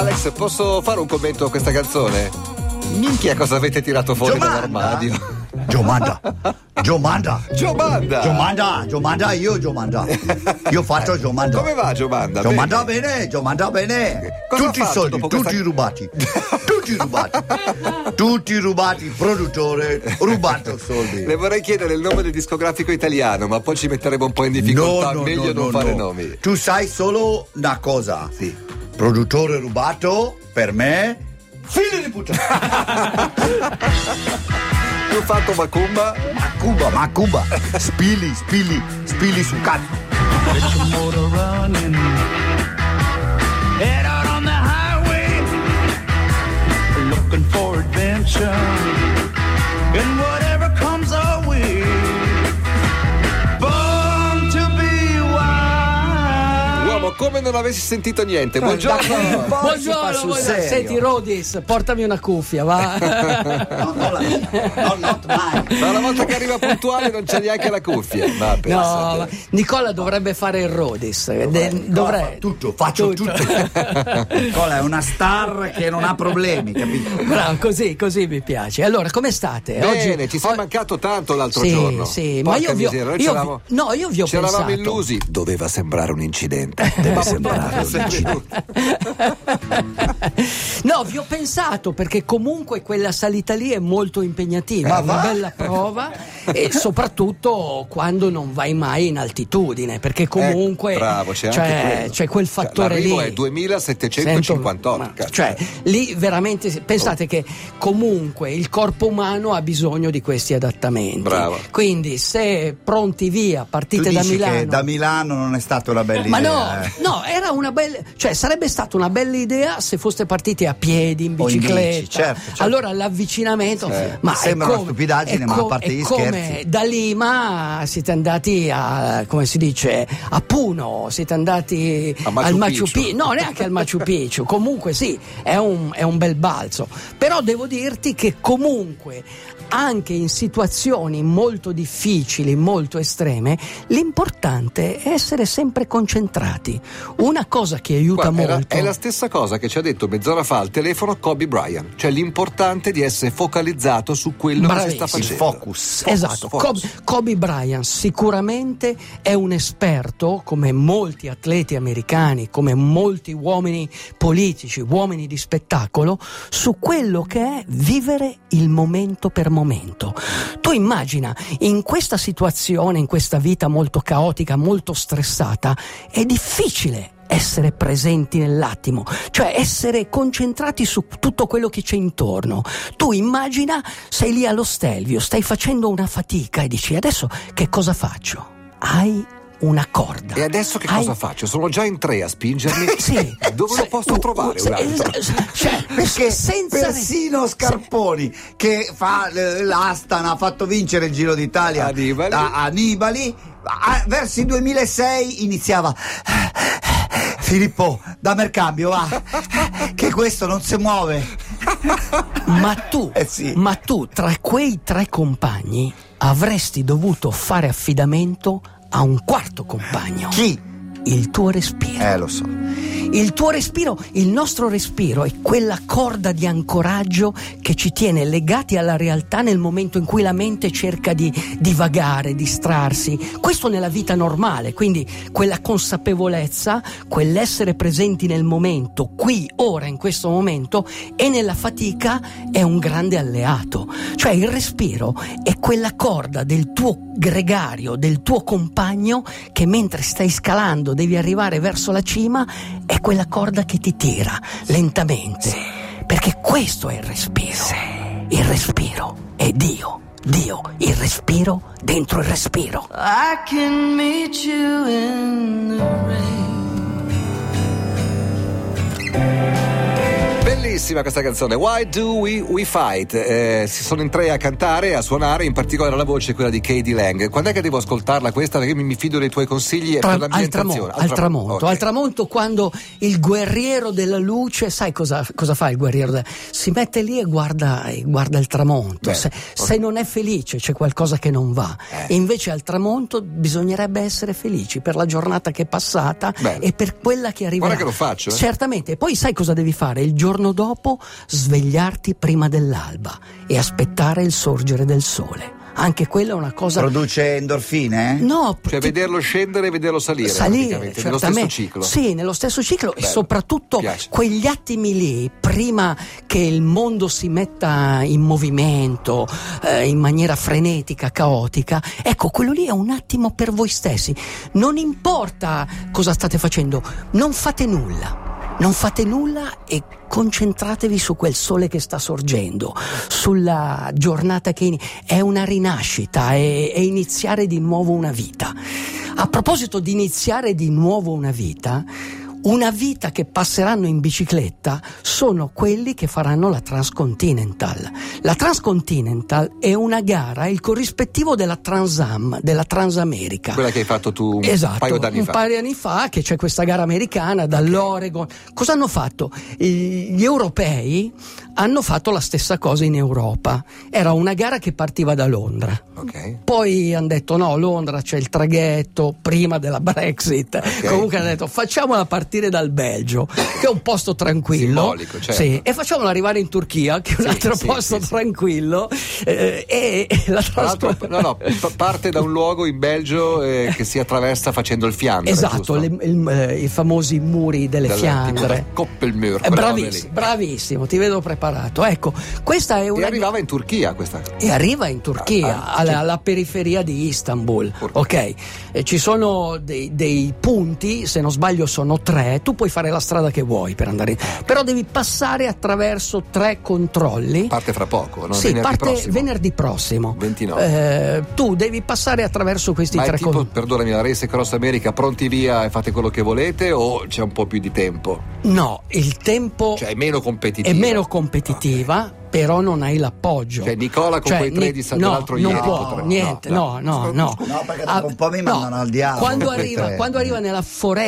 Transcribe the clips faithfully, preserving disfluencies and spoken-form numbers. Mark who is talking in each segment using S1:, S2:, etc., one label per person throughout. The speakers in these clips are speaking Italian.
S1: Alex, posso fare un commento a questa canzone? Minchia, cosa avete tirato fuori
S2: Giomanda?
S1: dall'armadio?
S2: Giomanda, Giomanda,
S1: Giomanda,
S2: Giomanda, Giomanda, io Giomanda, io faccio Giomanda.
S1: Come va Giomanda?
S2: Giomanda bene, Giomanda bene.
S1: Cosa
S2: Tutti
S1: ha
S2: i
S1: fatto
S2: soldi,
S1: dopo
S2: tutti
S1: questa-
S2: rubati, tutti rubati, tutti rubati, produttore, rubato soldi.
S1: Le vorrei chiedere il nome del discografico italiano, ma poi ci metteremo un po' in difficoltà, meglio non fare nomi.
S2: Tu sai solo una cosa.
S1: Sì.
S2: Produttore rubato, per me, figlio di puttana.
S1: Tu hai fatto Macumba?
S2: Macumba, Macumba. Spilli, spilli, spilli sul cazzo.
S3: Get your motor running. Head out on the highway, looking for adventure, and whatever comes our way. Born to be wild.
S1: Uomo, come non avessi sentito niente. Buongiorno.
S4: Buongiorno,
S2: sul
S4: buongiorno.
S2: serio.
S4: Senti Rodis, portami una cuffia, va.
S2: No, no, la mia. No, not mine.
S1: Ma una volta che arriva puntuale non c'è neanche la cuffia. Ma
S4: No,
S1: pensate.
S4: ma Nicola dovrebbe fare il Rodis. De-
S2: Nicola
S4: dovrei.
S2: fa tutto, faccio tutto. Nicola è una star che non ha problemi, capito?
S4: Bravo, così, così mi piace. Allora, come state?
S1: Bene, ci sei
S4: o-
S1: mancato tanto l'altro
S4: Sì,
S1: giorno.
S4: sì,
S1: Porca
S4: ma io vi ho-
S1: miseria, noi
S4: io
S1: c'eravamo-
S4: vi- no, io vi ho
S1: ci eravamo
S4: pensato.
S1: illusi. Doveva sembrare un incidente. Deve sembrare un incidente.
S4: No, vi ho pensato perché comunque quella salita lì è molto impegnativa,
S2: Ma
S4: è una
S2: va?
S4: bella prova e soprattutto quando non vai mai in altitudine, perché comunque
S1: Eh, bravo, c'è
S4: cioè,
S1: anche quello.
S4: c'è quel
S1: Cioè,
S4: fattore
S1: l'arrivo
S4: lì.
S1: è duemilasettecentocinquantotto,
S4: Sento- ma-
S1: cazzo.
S4: cioè lì veramente pensate che comunque il corpo umano ha bisogno di questi adattamenti.
S1: Bravo.
S4: Quindi se pronti via,
S2: Tu
S4: partite da
S2: dici
S4: Milano.
S2: che da Milano non è stata una bella
S4: Ma
S2: idea.
S4: no,
S2: eh.
S4: no, era una bella, cioè sarebbe stata una bella idea se foste partiti a piedi, in
S2: O in bici,
S4: bicicletta.
S2: certo, certo.
S4: Allora l'avvicinamento, ma
S2: Mi
S4: è
S2: sembra una
S4: come-
S2: stupidaggine,
S4: è
S2: ma a
S4: co-
S2: parte
S4: è
S2: gli
S4: come
S2: scherzi.
S4: da Lima siete andati a, come si dice, a Puno, siete andati
S1: A Machu
S4: al Machu
S1: Picchu.
S4: Picchu, no, neanche al Machu Picchu. Comunque sì, è un, è un bel balzo. Però devo dirti che comunque anche in situazioni molto difficili, molto estreme, l'importante è essere sempre concentrati. Una cosa che aiuta
S1: Guarda, era-
S4: molto
S1: è la stessa cosa che ci ha detto mezz'ora fa al telefono Kobe Bryant, cioè l'importante di essere focalizzato su quello che si sta
S4: Bravissimo.
S2: Il
S1: facendo.
S2: focus.
S4: Esatto,
S1: focus.
S4: Kobe, Kobe Bryant sicuramente è un esperto, come molti atleti americani, come molti uomini politici, uomini di spettacolo, su quello che è vivere il momento per momento. Tu immagina, in questa situazione, in questa vita molto caotica, molto stressata, è difficile essere presenti nell'attimo, cioè essere concentrati su tutto quello che c'è intorno. Tu immagina, sei lì allo Stelvio, stai facendo una fatica e dici adesso che cosa faccio? Hai una corda.
S1: E adesso che
S4: Hai-
S1: cosa faccio? Sono già in tre a spingermi.
S4: Sì.
S1: Dove lo posso
S4: Uh,
S1: trovare
S4: uh,
S1: un altro?
S4: Cioè,
S2: Perché
S4: senza
S2: persino Scarponi, che fa eh, l'Astana, ha fatto vincere il Giro d'Italia
S1: Annibali.
S2: a a Nibali, a- verso il duemilasei iniziava Filippo, dammi il cambio, va, che questo non si muove.
S4: Ma tu,
S2: Eh sì.
S4: ma tu tra quei tre compagni avresti dovuto fare affidamento a un quarto compagno.
S2: Chi?
S4: Il tuo respiro.
S2: Eh, lo so.
S4: Il tuo respiro, il nostro respiro è quella corda di ancoraggio che ci tiene legati alla realtà nel momento in cui la mente cerca di divagare, distrarsi. Questo nella vita normale, quindi quella consapevolezza, quell'essere presenti nel momento, qui, ora, in questo momento, e nella fatica è un grande alleato. Cioè il respiro è quella corda del tuo gregario, del tuo compagno che mentre stai scalando devi arrivare verso la cima, è quella corda che ti tira lentamente, perché questo è il respiro. Il respiro è Dio, Dio, il respiro dentro il respiro.
S3: I can meet you in the rain.
S1: Bellissima questa canzone, Why Do We, We Fight? Eh, si sono in tre a cantare, a suonare, in particolare la voce è quella di Katie Lang. Quando è che devo ascoltarla questa? Perché mi, mi fido dei tuoi consigli
S4: Tra,
S1: per l'ambientazione.
S4: Al tramonto, al tramonto,
S1: okay.
S4: al tramonto, quando il guerriero della luce, sai cosa, cosa fa il guerriero? De... Si mette lì e guarda, e guarda il tramonto.
S1: Bene,
S4: se,
S1: okay.
S4: se non è felice c'è qualcosa che non va.
S1: Eh.
S4: E invece al tramonto bisognerebbe essere felici per la giornata che è passata.
S1: Bene.
S4: E per quella che arriverà.
S1: Guarda che lo faccio. Eh.
S4: Certamente. E poi sai cosa devi fare? Il giorno dopo svegliarti prima dell'alba e aspettare il sorgere del sole. Anche quella è una cosa.
S2: Produce endorfine?
S4: No,
S1: Cioè
S4: ti...
S1: vederlo scendere e vederlo salire,
S4: salire
S1: nello
S4: certamente.
S1: stesso ciclo.
S4: Sì, nello stesso ciclo.
S1: Bello.
S4: E soprattutto
S1: Piace.
S4: quegli attimi lì, prima che il mondo si metta in movimento, eh, in maniera frenetica, caotica, ecco, quello lì è un attimo per voi stessi. Non importa cosa state facendo, non fate nulla. Non fate nulla e concentratevi su quel sole che sta sorgendo, sulla giornata che in... è una rinascita, è, è iniziare di nuovo una vita. A proposito di iniziare di nuovo una vita, una vita che passeranno in bicicletta sono quelli che faranno la Transcontinental. La Transcontinental è una gara, il corrispettivo della Transam, della Transamerica.
S1: Quella che hai fatto tu un
S4: esatto,
S1: paio d'anni
S4: un
S1: fa.
S4: paio di anni fa, che c'è questa gara americana dall'Oregon. Cosa hanno fatto? Gli europei hanno fatto la stessa cosa in Europa. Era una gara che partiva da Londra.
S1: Okay.
S4: Poi hanno detto no, Londra c'è il traghetto prima della Brexit.
S1: Okay.
S4: Comunque hanno detto facciamola partire dal Belgio, che è un posto tranquillo.
S1: Simbolico, certo.
S4: Sì, e facciamola arrivare in Turchia, che è un
S1: Sì,
S4: altro
S1: sì,
S4: posto
S1: sì, sì.
S4: tranquillo. Eh, e, e la
S1: Tra l'altro,
S4: trascor-
S1: no, no, p- parte da un luogo in Belgio eh, che si attraversa facendo il Fiandre.
S4: Esatto,
S1: giusto?
S4: le, il, eh, i famosi muri delle
S1: Del-
S4: Fiandre.
S1: tipo Koppelmür,
S4: Eh,
S1: quella roba
S4: bravissimo,
S1: lì.
S4: bravissimo, ti vedo preparato. Ecco, questa è
S1: E
S4: una.
S1: arrivava in Turchia questa.
S4: E arriva in Turchia,
S1: Ah, ah,
S4: alla,
S1: sì.
S4: alla periferia di Istanbul.
S1: Porca.
S4: Ok, e ci sono dei, dei punti, se non sbaglio sono tre, tu puoi fare la strada che vuoi per andare in... però devi passare attraverso tre controlli.
S1: Parte fra poco, no?
S4: Sì,
S1: venerdì
S4: parte
S1: prossimo.
S4: venerdì prossimo.
S1: ventinove.
S4: Eh, tu devi passare attraverso questi
S1: Ma è
S4: tre
S1: tipo,
S4: controlli.
S1: perdonami, la Race Cross America, pronti via e fate quello che volete o c'è un po' più di tempo?
S4: No, il tempo
S1: Cioè è meno competitiva.
S4: è meno competitiva.
S1: Ok.
S4: Però non hai l'appoggio.
S1: Cioè Nicola con
S4: Cioè,
S1: quei tre
S4: Ni-
S1: di sa-
S4: no,
S1: dell'altro
S4: non
S1: ieri
S4: può,
S1: potrebbe-
S4: niente, no, no, no.
S2: No, perché dopo un po' mi mandano al diavolo
S4: Quando
S2: quei
S4: arriva,
S2: tre.
S4: quando arriva nella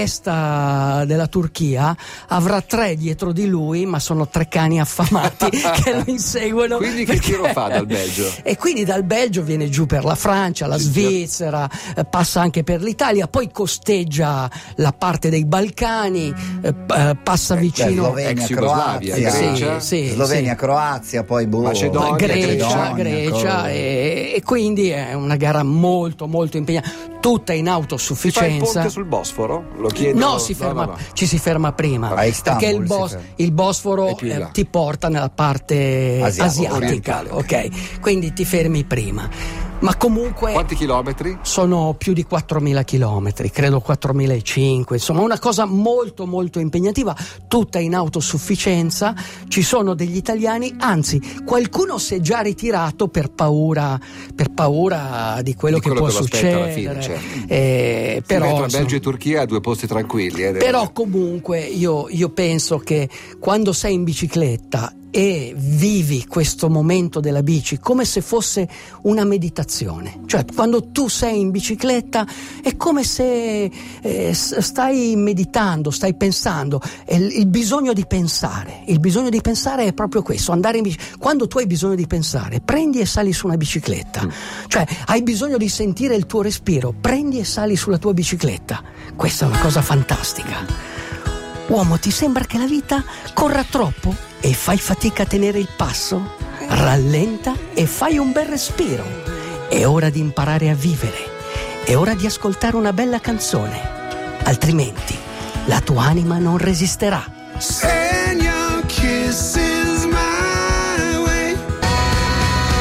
S4: foresta della Turchia avrà tre dietro di lui, ma sono tre cani affamati che lo inseguono.
S1: Quindi che tiro fa dal Belgio?
S4: E quindi dal Belgio viene giù per la Francia, la
S1: Sì,
S4: Svizzera, eh, passa anche per l'Italia, poi costeggia la parte dei Balcani, eh, p- eh, passa
S2: Cioè,
S4: vicino.
S2: Slovenia,
S1: Ex Jugoslavia,
S2: Croazia,
S1: Grecia.
S4: Sì, sì,
S2: Slovenia,
S4: sì.
S2: Croazia, poi boh,
S1: Macedonia,
S4: Grecia,
S2: Macedonia,
S4: Grecia
S2: co-
S4: e, e quindi è una gara molto molto impegnata, tutta in
S1: Si fa il
S4: autosufficienza.
S1: ponte sul Bosforo? Lo chiedo.
S4: No, si ferma,
S1: no, no.
S4: ci si ferma prima
S2: A Istanbul
S4: perché il,
S2: si
S4: Bos-
S2: ferma.
S4: il Bosforo
S1: È più in
S4: eh,
S1: là.
S4: ti porta nella parte
S2: Asiatica,
S4: asiatica,
S1: orientale,
S4: ok? Quindi ti fermi prima. Ma comunque
S1: Quanti chilometri?
S4: sono più di quattromila chilometri, credo quattromilacinquecento, insomma una cosa molto molto impegnativa, tutta in autosufficienza. Ci sono degli italiani, anzi qualcuno si è già ritirato per paura, per paura di quello
S1: Di
S4: che
S1: quello
S4: può
S1: che lo aspetta alla
S4: succedere.
S1: fine, certo.
S4: Eh,
S1: Però,
S4: però,
S1: tra
S4: insomma,
S1: Belgio e Turchia due posti tranquilli. Eh, devo
S4: però
S1: dire.
S4: comunque io, io penso che quando sei in bicicletta e vivi questo momento della bici come se fosse una meditazione, cioè quando tu sei in bicicletta è come se eh, stai meditando, stai pensando, è il, il bisogno di pensare, il bisogno di pensare è proprio questo, andare in bicicletta. Quando tu hai bisogno di pensare, prendi e sali su una bicicletta, mm. cioè hai bisogno di sentire il tuo respiro, prendi e sali sulla tua bicicletta. Questa è una cosa fantastica. Uomo, ti sembra che la vita corra troppo e fai fatica a tenere il passo? Rallenta e fai un bel respiro. È ora di imparare a vivere. È ora di ascoltare una bella canzone. Altrimenti la tua anima non resisterà.
S1: La voce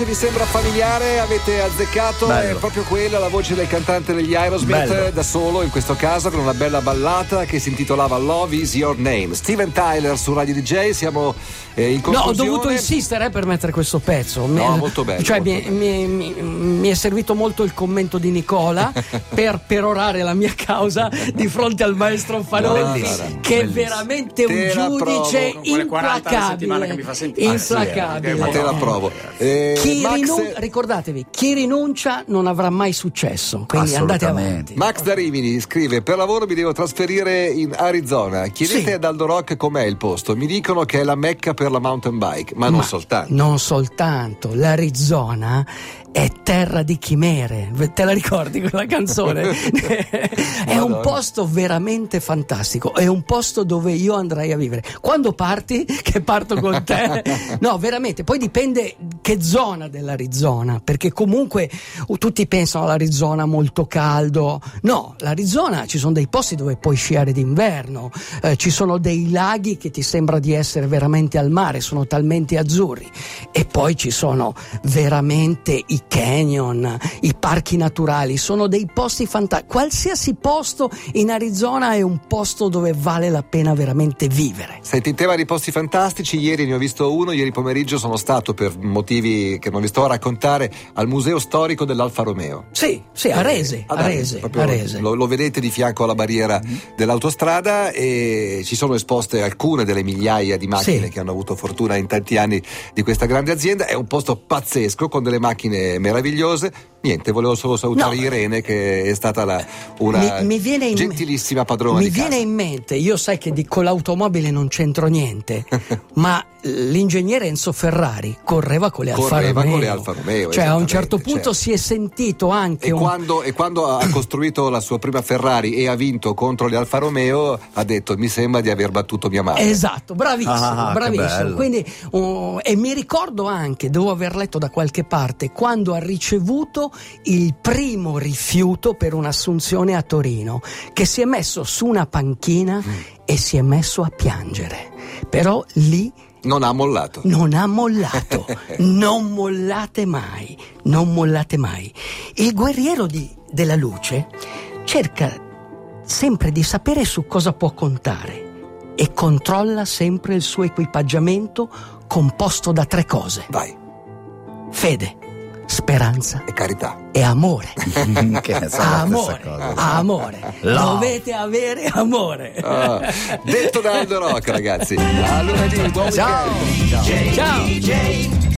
S1: voce vi sembra familiare? Avete azzeccato?
S2: Bello.
S1: È proprio quella, la voce del cantante degli Aerosmith,
S2: Bello.
S1: da solo in questo caso, con una bella ballata che si intitolava Love Is Your Name. Steven Tyler su Radio D J, siamo eh, in
S4: No, ho
S1: conclusione.
S4: dovuto insistere eh, per mettere questo pezzo. Mi-
S1: No, molto bello,
S4: Cioè,
S1: molto
S4: mi, mi- mi- mi è servito molto il commento di Nicola per perorare la mia causa di fronte al maestro Fanoletti,
S1: No,
S2: bellissimo,
S4: che è
S2: bellissimo.
S4: veramente un
S1: Te la
S4: giudice
S5: provo. Quelle quaranta alla settimana che mi
S4: implacabile.
S5: fa sentire.
S4: Implacabile.
S1: Ma te la provo. Eh,
S4: Chi
S1: Max,
S4: rinun- ricordatevi, chi rinuncia non avrà mai successo. Quindi andate
S2: Assolutamente.
S4: avanti.
S1: Max da Rimini scrive: per lavoro mi devo trasferire in Arizona. Chiedete
S4: Sì.
S1: ad Aldo Rock com'è il posto. Mi dicono che è la mecca per la mountain bike, ma non
S4: Ma
S1: soltanto.
S4: Non soltanto, l'Arizona è terra di chimere. Te la ricordi quella canzone? È un
S1: Madonna.
S4: posto veramente fantastico, è un posto dove io andrei a vivere. Quando parti, che parto con te, no, veramente, poi dipende che zona dell'Arizona, perché comunque uh, tutti pensano all'Arizona molto caldo. No, l'Arizona ci sono dei posti dove puoi sciare d'inverno, eh, ci sono dei laghi che ti sembra di essere veramente al mare, sono talmente azzurri, e poi ci sono veramente i canyon, i parchi naturali, sono dei posti fantastici. Qualsiasi posto in Arizona è un posto dove vale la pena veramente vivere.
S1: Senti, in tema di posti fantastici, ieri ne ho visto uno. Ieri pomeriggio sono stato, per motivi che non vi sto a raccontare, al Museo Storico dell'Alfa Romeo.
S4: Sì, sì, a Rese,
S1: Ad
S4: a
S1: Arese,
S4: Rese,
S1: proprio
S4: a Rese.
S1: Lo, lo vedete di fianco alla barriera dell'autostrada, e ci sono esposte alcune delle migliaia di macchine
S4: Sì.
S1: che hanno avuto fortuna in tanti anni di questa grande azienda. È un posto pazzesco con delle macchine meravigliose. Niente, volevo solo salutare
S4: No.
S1: Irene, che è stata la, una
S4: Mi- mi viene in-
S1: gentilissima padrona
S4: Mi
S1: di
S4: viene
S1: casa.
S4: in mente, io sai che di, con l'automobile non c'entro niente, ma l'ingegnere Enzo Ferrari correva con le Alfa
S1: Correva
S4: Romeo.
S1: con le Alfa Romeo,
S4: Cioè a un
S1: esattamente,
S4: certo punto
S1: certo.
S4: si è sentito anche
S1: E
S4: un...
S1: quando, e quando ha costruito la sua prima Ferrari e ha vinto contro le Alfa Romeo, ha detto: mi sembra di aver battuto mia madre.
S4: Esatto, bravissimo,
S2: Ah, che
S4: bravissimo.
S2: bello.
S4: Quindi, uh, e mi ricordo anche, devo aver letto da qualche parte, quando ha ricevuto il primo rifiuto per un'assunzione a Torino, che si è messo su una panchina
S1: Mm.
S4: e si è messo a piangere. Però lì
S1: Non ha mollato.
S4: non ha mollato. Non mollate mai, non mollate mai. Il guerriero di- della luce cerca sempre di sapere su cosa può contare e controlla sempre il suo equipaggiamento composto da tre cose:
S1: Vai,
S4: fede, speranza
S1: e carità.
S4: e amore.
S2: Che ne so, la stessa
S4: Amore,
S2: cosa.
S4: amore.
S2: Love.
S4: Dovete avere amore.
S1: Ah, detto da Aldo Rock, ragazzi. A lunedì, buon
S2: Ciao.
S1: weekend.
S2: Ciao.
S4: Ciao.